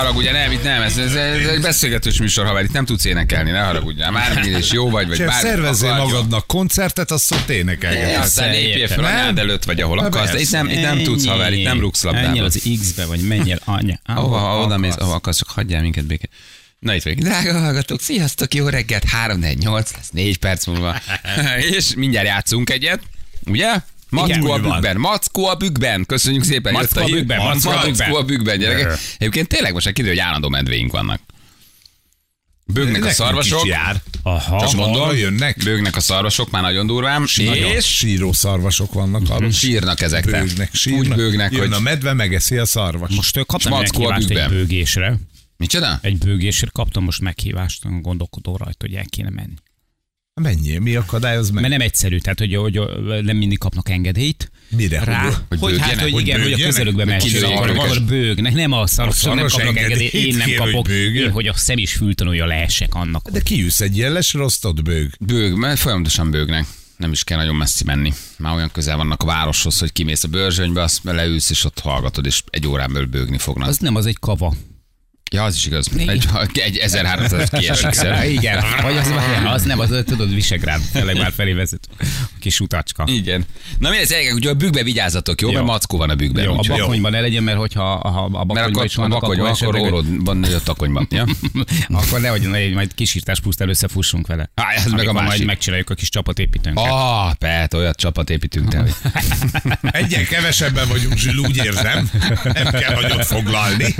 haragudj, nem, itt nem, ez egy beszélgetős műsor, ha itt nem tudsz énekelni, ne haragudjál. Mármilyen is jó vagy bármi. Szervezzél magadnak koncertet, azt ott énekelgetsz. Aztán lépjél fel anyád előtt, vagy ahol akarsz, de itt nem tudsz, haver, itt nem rúgsz labdába. Menjél az X-be, vagy menjél anya. Oda mész, ahol akarsz, csak hagyjál minket békét. Na itt vagyunk. Drága hallgatók, sziasztok, jó reggelt, 3-4-8 lesz, 4 perc múlva. És mindjárt játszunk egyet, ugye? Mackó a bükkben. Köszönjük szépen. Mackó a bükkben, gyerekek. Egyébként tényleg most egy kiderül, hogy állandó medvéink vannak. Bőgnek a szarvasok. Csak mondom, bőgnek a szarvasok már nagyon durván. És síró szarvasok vannak. Sírnak ezek. Úgy bőgnek, hogy a medve megeszi a szarvas. Most kaptam meghívást egy bőgésre. Micsoda? Egy bőgésre kaptam most meghívást, gondolkodó rajta, hogy el kéne menni. Menjél, mi akadályoz meg? Mert nem egyszerű, tehát hogy nem mindig kapnak engedélyt. Mire? Rá, hogy a közelükbe megy, akkor bőgnek. Nem a szarvasok nem kapnak engedélyt, én nem kapok, hogy a szem is fültanulja leesek annak. De kiűsz egy ilyen lesrosztott bőg, mert folyamatosan bőgnek. Nem is kell nagyon messzi menni. Már olyan közel vannak a városhoz, hogy kimész a Börzsönybe, azt leülsz, és ott hallgatod, és egy órán belül bőgni fognak. Az nem, az egy kava. Ja, az is igaz. Egy 1300 kiesik szer. Igen. Vagy az nem, az tudod, Visegrád. Tényleg már felé vezet. Kis utacska. Igen. Na mi ez, ugye a bükkbe vigyázzatok, jó? Mert mackó van a bükkben. Jó, a bakonyban ne legyen, mert hogyha a bakonyban is vannak, akkor órod van a takonyban. Ja? Akkor nehogy majd kisírtás pusztán összefussunk vele. Ez meg a másik. Majd megcsináljuk a kis csapatépítőnket. Pet, olyat csapatépítünk te. Egyen kevesebben vagyunk, Zsill, úgy érzem. Nem kell nagyot foglalni.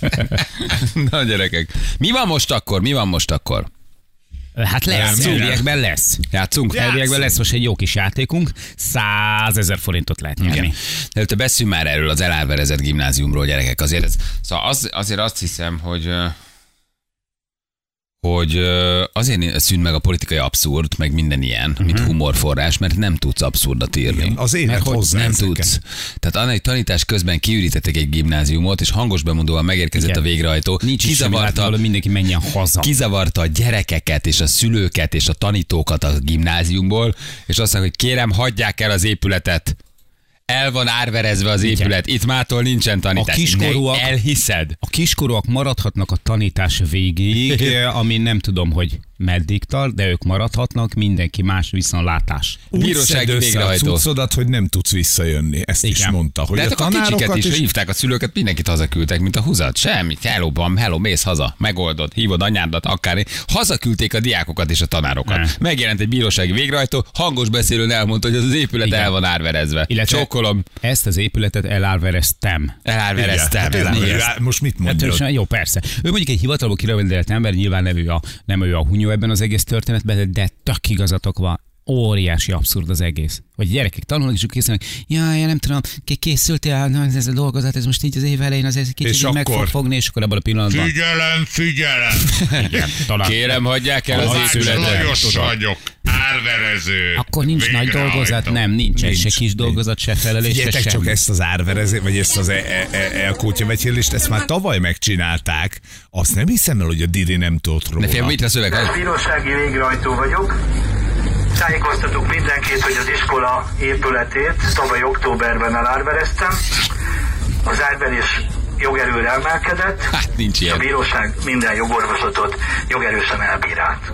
Na gyerekek, mi van most akkor? Hát lesz, elviekben lesz. Játszunk? Elviekben lesz most egy jó kis játékunk, 100 000 forintot lehet nyerni. De előtte beszéljünk már erről az elárverezett gimnáziumról, gyerekek. Szóval azért azt hiszem, hogy azért szűnt meg a politikai abszurd, meg minden ilyen, mint humorforrás, mert nem tudsz abszurdat írni. Igen, az élet hozzá nem tudsz. Tehát annál, hogy tanítás közben kiürítettek egy gimnáziumot, és hangos bemondóval megérkezett a végrehajtó. Mindenki menjen haza. Kizavarta a gyerekeket, és a szülőket, és a tanítókat a gimnáziumból, és azt mondja, hogy kérem, hagyják el az épületet. El van árverezve az épület, itt mától nincsen tanítás. Elhiszed? A kiskorúak maradhatnak a tanítás végéig, ami nem tudom, hogy meddig tart, de ők maradhatnak, mindenki más viszontlátás. Bírósági végrehajtó. Cuccodat, hogy nem tudsz visszajönni. Ezt is mondta. Hogy de a kicsiket is hívták a szülőket, mindenkit hazaküldtek, mint a húzat. Semmi. Hello, mész haza, megoldod, hívod anyádat, akár. Hazaküldték a diákokat és a tanárokat. Megjelent egy bírósági végrehajtó, hangos beszélőn elmondta, hogy az épület el van árverezve. Csókolom. Ezt az épületet elárvereztem. Most mit mondod? Jó, persze. Ő mondjuk egy hivatalból kirendelt ember, nyilván nem ő a hunyó ebben az egész történetben, de tök igazatok van. Óriási abszurd az egész. Hogy gyerekek tanulnak, és készülnek, jaj, nem tudom, készültél, ez a dolgozat, ez most így az év elején, az kicsit meg fog fogni, és akkor abban a pillanatban. Figyelem! Igen, kérem, hagyják el az épületet. Lajos vagyok, árverező. Akkor nincs nagy dolgozat, nem, nincs se kis dolgozat, se felelés, se semmi. Csak ezt az árverező, vagy ezt az elkótyavetjelést, ezt már tavaly megcsinálták. Azt nem hiszem el, hogy a Diri nem tudott róla. Ne félj, mit a szöveg? Bírósági végrehajtó vagyok. Tájékoztatok mindenkit, hogy az iskola épületét tavaly októberben elárvereztem. Az árverés jogerőre emelkedett. Hát nincs ilyen. A bíróság minden jogorvoslatot jogerősen elbírált.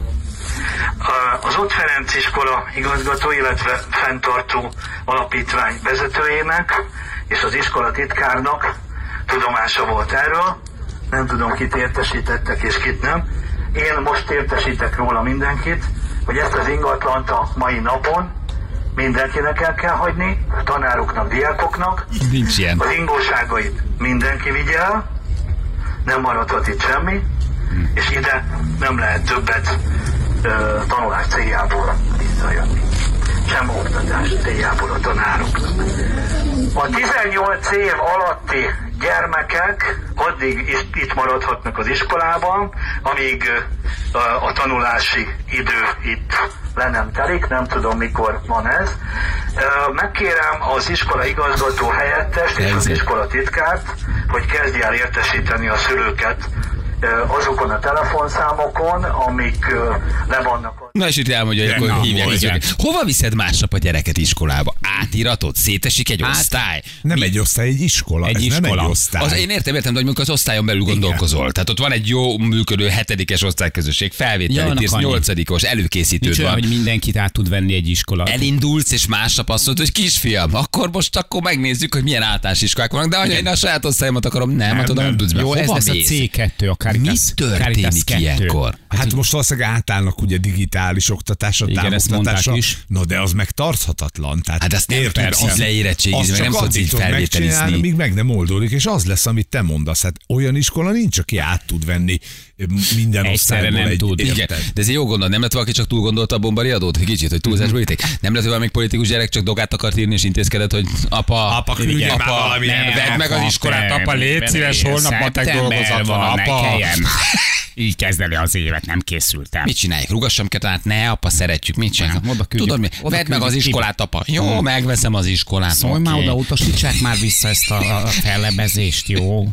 Az Ott Ferenc iskola igazgató, illetve fenntartó alapítvány vezetőjének és az iskola titkárnak tudomása volt erről. Nem tudom, kit értesítettek és kit nem. Én most értesítek róla mindenkit, hogy ezt az ingatlant a mai napon mindenkinek el kell hagyni, tanároknak, diákoknak. Nincs ilyen. Az ingóságait mindenki vigye el, nem maradhat itt semmi, és ide nem lehet többet tanulás céljából visszajönni. Sem oktatás céljából a tanároknak. A 18 év alatti gyermekek addig itt maradhatnak az iskolában, amíg a tanulási idő itt le nem telik, nem tudom mikor van ez. Megkérem az iskola igazgató helyettest és az iskola titkárt, hogy kezdje el értesíteni a szülőket azokon a telefonszámokon, amik le vannak. Na és itt elmondja, hogy akkor hívják az őket. Hova viszed másnap a gyereket iskolába? Átíratot? Szétesik egy osztály? Nem egy osztály, egy iskola. Ez nem egy osztály. Én értem, de mondjuk az osztályon belül gondolkozol. Tehát ott van egy jó működő 7-es osztályközösség, felvételit írsz, 8-os, előkészítőd van. Hogy mindenkit át tud venni egy iskola. Elindulsz, és másnap azt mondod, hogy kisfiam, akkor megnézzük, hogy milyen általános iskolák vannak, de anya, én a saját osztályomat akarom. Nem tudsz be. Jó, ez lesz a C2, a Caritas. Mi történik ilyenkor? Hát most valószínűleg átállnak ugye digitális oktatásra, távoloktatásra. No, de az meg tarthatatlan. Tehát hát azt nem tudsz leérettségizni, meg nem tudsz így felvételizni. Míg meg nem oldódik, és az lesz, amit te mondasz. Hát olyan iskola nincs, aki át tud venni minden osztályból nem tud. Igen, de ez egy jó gondol. Nem lett valaki csak túl gondolta a bombari adót? Egy kicsit, hogy túlzásból ítélték. Nem lett, hogy valami politikus gyerek csak dogát akart írni, és intézkedett, hogy apa, küldje már valami. Vedd meg az iskolát, apa, légy szíves, holnap matek dolgozat van, apa. Így kezdeni az évet, nem készültem. Mit csináljuk? Rugassam kell, hát ne, apa, szeretjük. Mit csináljuk? Tudod mi? Vedd meg az iskolát, apa. Jó, megveszem az iskolát. Szólj már oda, utasítsák már vissza ezt a fellebezést, jó?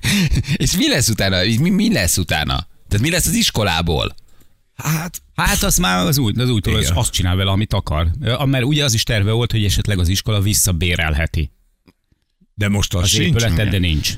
És mi lesz utána? Mi lesz utána? Tehát mi lesz az iskolából? Hát az már az újtól azt csinál vele, amit akar. Mert ugye az is terve volt, hogy esetleg az iskola visszabérelheti. De most az épületed, de nincs.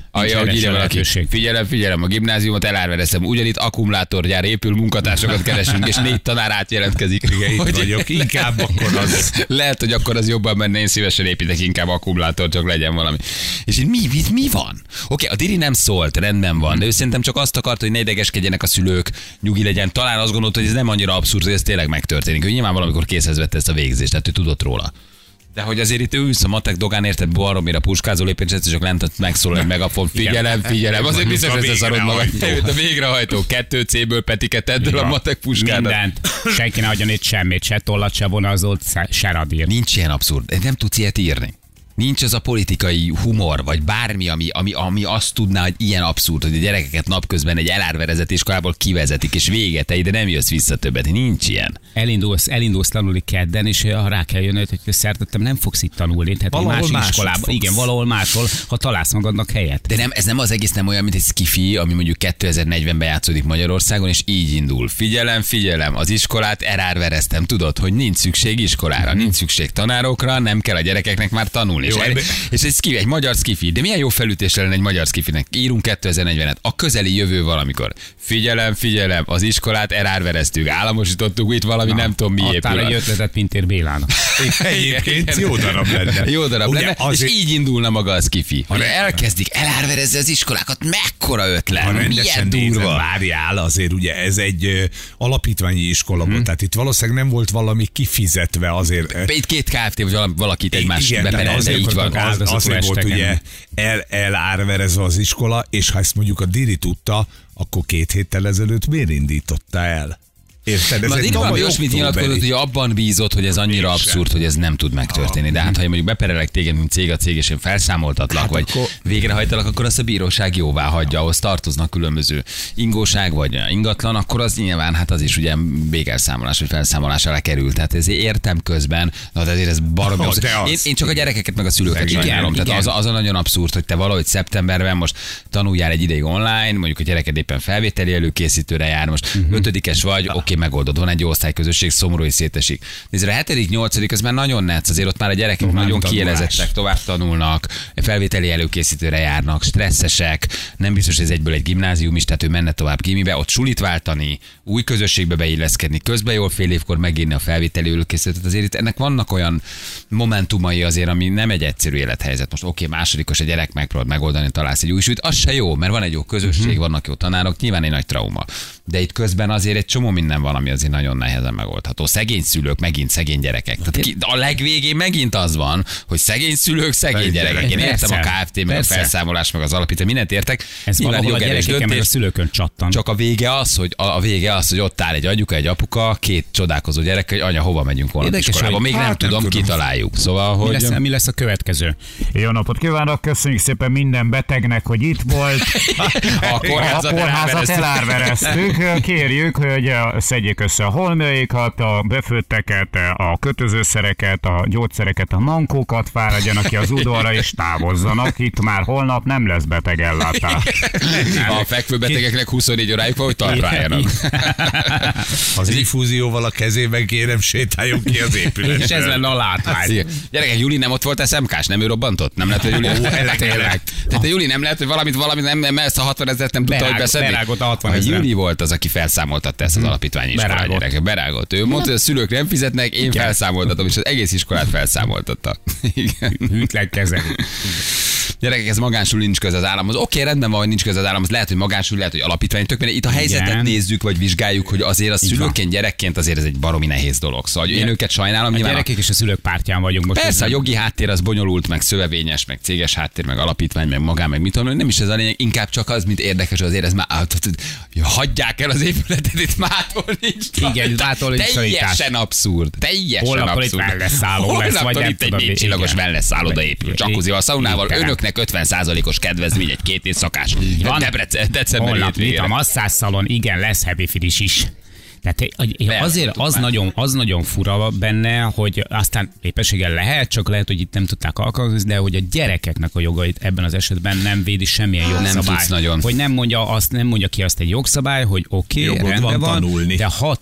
Figyelem, a gimnáziumot elárvereztem. Ugyanitt akkumulátorgyár épül, munkatársakat keresünk, és 4 tanár átjelentkezik. Vagyok, inkább akkor az... Lehet, hogy akkor az jobban menne, én szívesen építek inkább akkumulátor, csak legyen valami. És mi van? Oké, a Diri nem szólt, rendben van, de ő szerintem csak azt akart, hogy ne idegeskedjenek a szülők, nyugi legyen. Talán azt gondolt, hogy ez nem annyira abszurd, hogy ez tényleg megtörténik. Ő nyilván valamikor készhez vette ezt a végzést, tehát ő tudott róla. De hogy azért itt ülsz a matek dogán, érted, baromira puskázol, éppen csak lent megszólal egy megafon. Figyelem. Azért biztos, hogy összeszarod magad. A végrehajtó 2C-ből petiket eddől a matek puskádat. Mindent. Senki ne adjon itt semmit, se tollat, se vonazolt, se radír. Nincs ilyen abszurd. Nem tudsz ilyet írni. Nincs az a politikai humor, vagy bármi, ami azt tudná, hogy ilyen abszurd, hogy a gyerekeket napközben egy elárverezett iskolából kivezetik, és véget, de nem jössz vissza többet. Nincs ilyen. Elindulsz tanulni kedden, és rá kell jönnöd, hogy szertettem, nem fogsz itt tanulni. Tehát egy másik iskolában. Igen, valahol máshol, ha találsz magadnak helyet. De ez nem az egész nem olyan, mint egy skifi, ami mondjuk 2040-ben játszódik Magyarországon, és így indul. Figyelem, az iskolát elárvereztem. Tudod, hogy nincs szükség iskolára, nincs szükség tanárokra, nem kell a gyerekeknek már tanulni. Jó, és egy magyar skifi, de milyen jó felütés lenne egy magyar skifinek. Írunk 2040-et, a közeli jövő valamikor. Figyelem, az iskolát elárvereztük, államosítottuk, itt valami nem tudom mi épül. Adtál egy ötletet Pintér Bélának. Egyébként jó darab lenne. És így indulna maga a skifi. Hogy elkezdik elárverezni az iskolákat, mekkora ötlet, ha milyen durva. Várjál, azért ugye ez egy alapítványi iskola volt, tehát itt valószínűleg nem volt valami kifizetve azért. Itt 2 Kft. Vagy valakit egymás beperelze. Így van, azért volt ugye elárverezve az iskola, és ha ezt mondjuk a Diri tudta, akkor 2 héttel ezelőtt miért indította el? Érted? Ez egy valami olyasmit nyilatkozott, hogy abban bízott, hogy ez annyira abszurd, hogy ez nem tud megtörténni. De hát, ha én mondjuk beperelek téged, mint cég a cég, és én felszámoltatlak, vagy végrehajtalak, akkor azt a bíróság jóvá hagyja, ahhoz tartoznak különböző ingóság, vagy ingatlan, akkor az nyilván, hát az is ugye végelszámolás, vagy felszámolás alá kerül. Tehát ez értem közben, de azért ez baromi én csak a gyerekeket meg a szülőket sajnálom. Tehát az a nagyon abszurd, hogy te valahogy szeptemberben most tanuljál egy ideig online, mondjuk a gyereked éppen felvételi előkészítőre jár, most 5-es vagy, oké, megoldod, van egy osztályközösség, szomorú és szétesik. Nézd, a 7.-8. az már nagyon netsz, azért ott már a gyerekek nagyon kielezettek, tovább tanulnak, felvételi előkészítőre járnak, stresszesek, nem biztos, hogy ez egyből egy gimnázium is, tehát ő menne tovább gimibe, ott sulit váltani, új közösségbe beilleszkedni, közben jól fél évkor megírni a felvételi előkészítőt, azért itt ennek vannak olyan momentumai azért, ami nem egy egyszerű élethelyzet. Most oké, másodikos a gyerek, megpróbálod megoldani, találsz egy új súlyt, az se jó, mert van egy jó közösség, vannak jó tanárok, nyilván egy nagy trauma. De itt közben azért egy csomó minden van, ami azért nagyon nehezen megoldható. Szegény szülők, megint szegény gyerekek. Tehát a legvégén megint az van, hogy szegény szülők, szegény gyerekek. Én értem a KFT, meg a felszámolás, meg az alapítvány, mindent értek. Ez valahol a gyerekeken meg a szülőkön csattan. Csak a vége az, hogy ott áll egy anyuka, egy apuka, 2 csodálkozó gyerek, hogy anya, hova megyünk volna iskolába. Még nem tudom, kitaláljuk. Szóval, hogy mi lesz a következő? Jó napot kívánok, köszönjük szépen minden betegnek, hogy itt volt. A kórházat elárvereztük. kérjük, hogy szedjék össze a holmjaikat, a befőtteket, a kötözőszereket, a gyógyszereket, a mankókat, fáradjanak ki az udvarra és távozzanak. Itt már holnap nem lesz betegellátás. A fekvőbetegeknek 24 órájuk van, hogy talpráljanak. Az infúzióval a kezében kérem, sétáljon ki az épületről. És ez lenne a látvány. Gyerekek, Juli nem ott volt SMK-s, nem ő robbantott? Nem lehet, hogy Juli... Tényleg. Tehát a Juli nem lehet, hogy valamit nem ezt a 60 000 nem tudta, hogy beszedni. Berágott a 60 000. 000. Juli volt az, aki felszámoltatta ezt az alapítványi iskolát, gyerekek. Berágott. Ő mondta, hogy a szülők nem fizetnek, én felszámoltatom, és az egész iskolát felszámoltatta. Igen. Hűtlen kezelő. Gyerekek, ez magánsuli nincs köze az államhoz. Oké, rendben van, hogy nincs köze az államhoz. Lehet, hogy magánsuli, lehet, hogy alapítvány. Tök, mert itt a helyzetet nézzük, vagy vizsgáljuk, hogy azért a szülőként, gyerekként azért ez egy baromi nehéz dolog. Szóval én őket sajnálom. A gyerekek és a szülők pártján vagyunk most. Persze, a jogi háttér az bonyolult, meg szövevényes, meg céges háttér, meg alapítvány, meg magán, meg mit tudom, nem is ez a lényeg, inkább csak az, mint érdekes, azért ez már hagyják el az épületet, itt mától nincs. Igen, mától nincs. Teljesen abszurd. Teljesen holnaptól abszurd. Itt wellness-szálló lesz, vagy nem itt egy tudom. 4 csillagos wellness szálloda épül. Jacuzzival, szaunával, önöknek 50%-os kedvezmény egy 2 éjszakás. Decemberi holnap hétvégére. a masszásszalon, igen, lesz happy finish is. Tehát azért az nagyon fura benne, hogy aztán éppenséggel lehet, csak lehet, hogy itt nem tudták alkalmazni, de hogy a gyerekeknek a jogait ebben az esetben nem védi semmilyen jogszabály. Nem tudsz nagyon. Hogy nem mondja ki azt egy jogszabály, hogy oké, rendben van, tanulni. De ha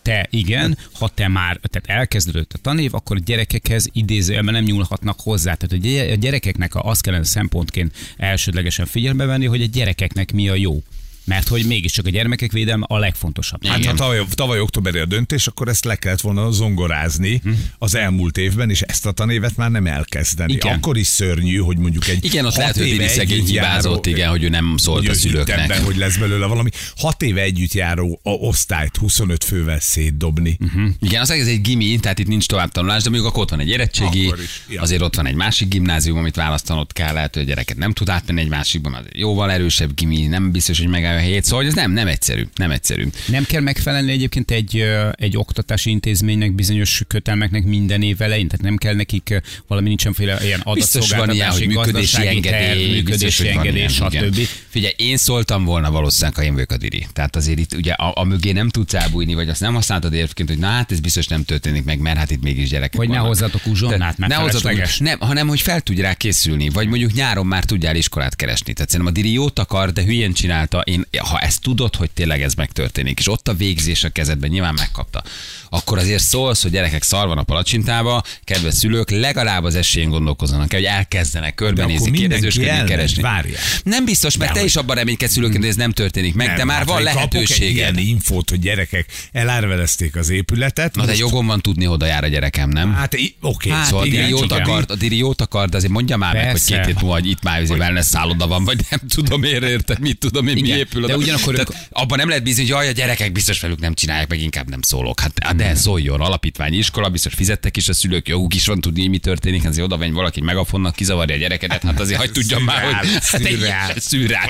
te már tehát elkezdődött a tanév, akkor a gyerekekhez idézőjelben nem nyúlhatnak hozzá. Tehát a gyerekeknek azt kellene szempontként elsődlegesen figyelme venni, hogy a gyerekeknek mi a jó. Mert hogy mégiscsak a gyermekek védelme a legfontosabb. Hát ha tavaly októberi a döntés, akkor ezt le kellett volna zongorázni az elmúlt évben, és ezt a tanévet már nem elkezdeni. Igen. Akkor is szörnyű, hogy mondjuk egy igen, ott lehet, hogy Dini szegény hibázott, igen, hogy ő nem szólt a szülőknek. Be, hogy lesz belőle valami. 6 éve együtt járó osztályt 25 fővel szétdobni. Igen, az egész egy gimi, tehát itt nincs tovább tanulás, de mondjuk akkor ott van egy érettségi, azért ott van egy másik gimnázium, amit választanod kell, lehet, hogy a gyereket nem tud átmenni egy másikban, az jóval erősebb gimi, nem biztos, hogy megállja a helyét, szóval ez nem egyszerű. Nem kell megfelelni egyébként egy oktatási intézménynek bizonyos kötelmeknek minden év elején, tehát nem kell nekik valami nincsenféle ilyen adatszolgáltatási, gazdasági terv, működési engedély, stb. Figyelj, én szóltam volna valószínűleg, ha én vagyok a Diri. Tehát azért itt ugye a mögé nem tudsz elbújni, vagy azt nem használtad érvként, hogy na hát ez biztos nem történik meg, mert hát itt mégis gyerekek vagy vannak. ne hozzatok uzsonnát, mert felesleges. Nem, hanem hogy fel tudj rá készülni, vagy mondjuk nyáron már tudjál iskolát keresni. Tehát szerintem a Diri jót akar, de hülyén csinálta. Ha ezt tudod, hogy tényleg ez megtörténik, és ott a végzés a kezedben nyilván megkapta, akkor azért szólsz, hogy gyerekek szar van a palacsintába, kedves szülők, legalább az esélyén gondolkozzanak el, hogy elkezdenek körbenézni, kérdezősködni, keresni. Várjál. Nem biztos, mert te is abban reménykedsz szülőként, hogy ez nem történik meg, de már van lehetőség. Ilyen infót, hogy gyerekek elárverezték az épületet. Na de jogom van tudni, oda jár a gyerekem, nem? Hát oké. Szóval a Diri jót akart, de azért mondja már meg, hogy 2 hét múlva, hogy itt már wellness szálloda van, vagy nem tudom érte, mit tudom én, mi épül. De ugyanakkor abban nem lehet bízni, hogy a gyerekek biztos velük nem csinálják, meg inkább nem szólok. Hát de szóljon, alapítványi iskola, biztos fizettek is a szülők, joguk is van tudni, mi történik, azért oda menj valaki megafonnak, kizavarja a gyerekedet, hát azért hagyd tudjam már, hogy szürreális.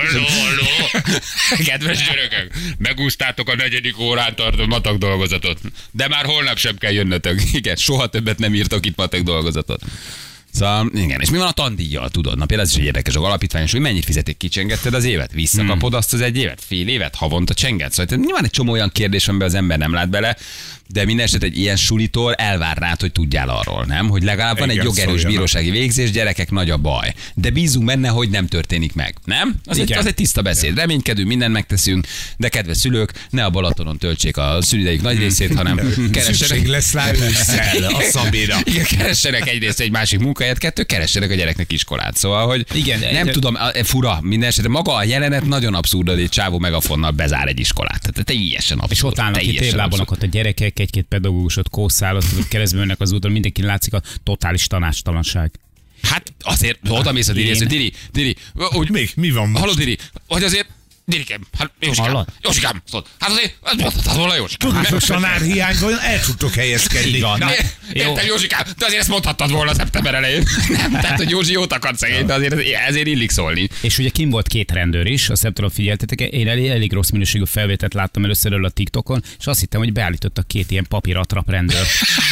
Kedves gyerekek, megúsztátok a 4. órán tartó matek dolgozatot, de már holnap sem kell jönnötök. Igen, soha többet nem írtok itt matek dolgozatot. Szóval, igen, és mi van a tandíjjal, tudod? Na például ez is egy érdekes, a alapítványos, hogy mennyit fizetik, kicsengetted az évet? Visszakapod azt az 1 évet? Fél évet? Havonta csenget? Szóval nyilván egy csomó olyan kérdés, amiben az ember nem lát bele, de minden eset egy ilyen sulitól elvár rád, hogy tudjál arról, nem? Hogy legalább van egy jogerős bírósági végzés, gyerekek, nagy a baj. De bízunk benne, hogy nem történik meg, nem? Az egy tiszta beszéd. Reménykedünk, mindent megteszünk, de kedves szülők, ne a Balatonon töltsék a szülidejük nagy részét, hanem keressenek lesz rá ősszel a Szabéra. Igen, keressenek egyrészt egy másik munkahelyet, 2 keressenek a gyereknek iskolát. Szóval, hogy igen, nem tudom, fura, minden esetre maga a jelenet nagyon abszurd, hogy egy csávó megafonnal bezár egy iskolát. Tehát teljesen abszurd. És ott állnak itt tévlábanak ott a gyerekek, egy-két pedagógusot kószállat, keresztül mennek az úton, mindenki látszik a totális tanácstalanság. Hát azért oda mész a Diri, úgy még mi van most? Halló Diri, hogy azért Dirikem, hát Józsikám, hát azért, ez mondhatod volna Józsikám. Tudásos tanárhiány van, el tudtok helyezkedni. Értem Józsikám, de azért ezt mondhattad volna szeptember elején. Nem, tehát hogy Józsi jót akart szegény, de azért ezért illik szólni. És ugye kim volt 2 rendőr is, azt nem tudom, figyeltetek, én elég rossz minőségű felvételt láttam először a TikTokon, és azt hittem, hogy beállítottak 2 ilyen papíratrap rendőr.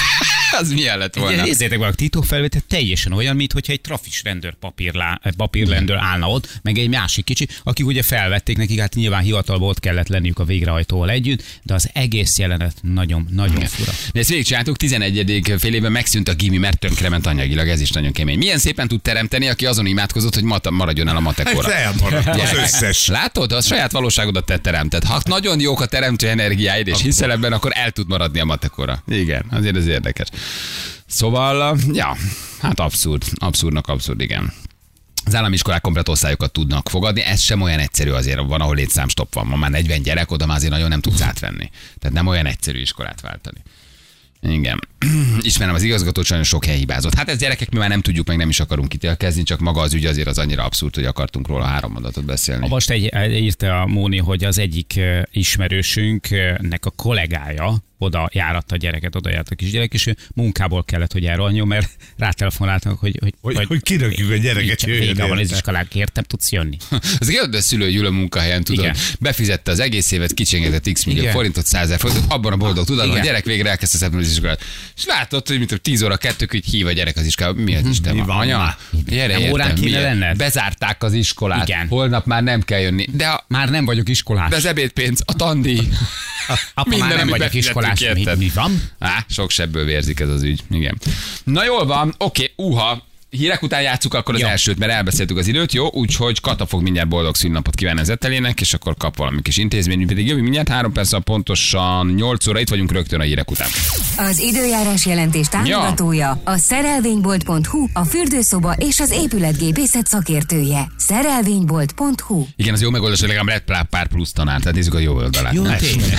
Az milyen lett volna? Nézzétek meg, a titokfelvétel teljesen olyan, mintha egy trafis rendőr papírrendőr állna ott, meg egy másik kicsi, akik ugye felvették nekik, hát nyilván hivatalban ott kellett lenniük a végrehajtóval együtt, de az egész jelenet nagyon fura. De ezt végigcsináltuk, 11. fél évben megszűnt a gimi, mert tönkrement anyagilag, ez is nagyon kemény. Milyen szépen tud teremteni, aki azon imádkozott, hogy maradjon el a matekóra. Az összes. Látod, a saját valóságodat te teremted. Ha nagyon jók a teremtő energiáid, és hiszel ebben, akkor el tud maradni a matekóra. Igen, azért ez érdekes. Szóval, ja, hát abszurdnak abszurd, igen. Az állami iskolák komplet osztályokat tudnak fogadni, ez sem olyan egyszerű azért, van, ahol létszámstopp van. Ma már 40 gyerek, oda már azért nagyon nem tudsz átvenni. Tehát nem olyan egyszerű iskolát váltani. Igen. Ismerem az igazgatót, sajnos sok hely hibázott. Hát ez gyerekek, mi már nem tudjuk, meg nem is akarunk ítélkezni, csak maga az ügy azért az annyira abszurd, hogy akartunk róla 3 mondatot beszélni. Most írta a Móni, hogy az egyik ismerősünknek a kollégája oda járatta a gyereket, oda járt a kisgyerek, és ő munkából kellett, hogy elrohanjon, mert rátelefonáltak, hogy kirakjuk a gyereket, vége van az iskolának, értem, tudsz jönni. Az kérdő a szülő, hogy ül a munkahelyen, tudod, igen. Befizette az egész évet, kicsengetett x millió forintot, 100 000 forintot, abban a boldog tudatban, a gyerek végre elkezdte szeptember az iskolát. És látod, hogy mint 10 óra 2, hogy hív a gyerek az iskolába. Mi az Isten van? Anya, gyere, értem, bezárták az iskolát. Igen. Holnap már nem kell jönni. De már nem vagyok iskolás. De az ebédpénz, a tandíj. Apa, már nem vagyok iskolás, mi van? Sok sebből vérzik ez az ügy. Igen. Na jól van, oké, hírek után játsszuk akkor az elsőt, mert elbeszéltük az időt, jó? Úgyhogy Kata fog mindjárt boldog szünnapot kívánni az Etelének, és akkor kap valami kis intézmény, mi pedig jövünk mindjárt 3 perc, pontosan 8 óra, itt vagyunk rögtön a hírek után. Az időjárás jelentés támogatója a szerelvénybolt.hu, a fürdőszoba és az épületgépészet szakértője. Szerelvénybolt.hu. Igen, az jó megoldás, hogy legalább lett pár plusz tanár, tehát nézzük a jó oldalát. Jó,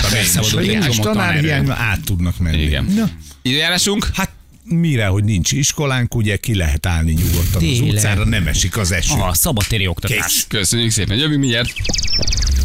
és tanárhiányban át tudnak menni. Igen. Időjárásunk? Hát mire, hogy nincs iskolánk, ugye ki lehet állni nyugodtan az utcára, nem esik az eső. Szabadtéri oktatás. Köszönjük szépen, jövünk mindjárt.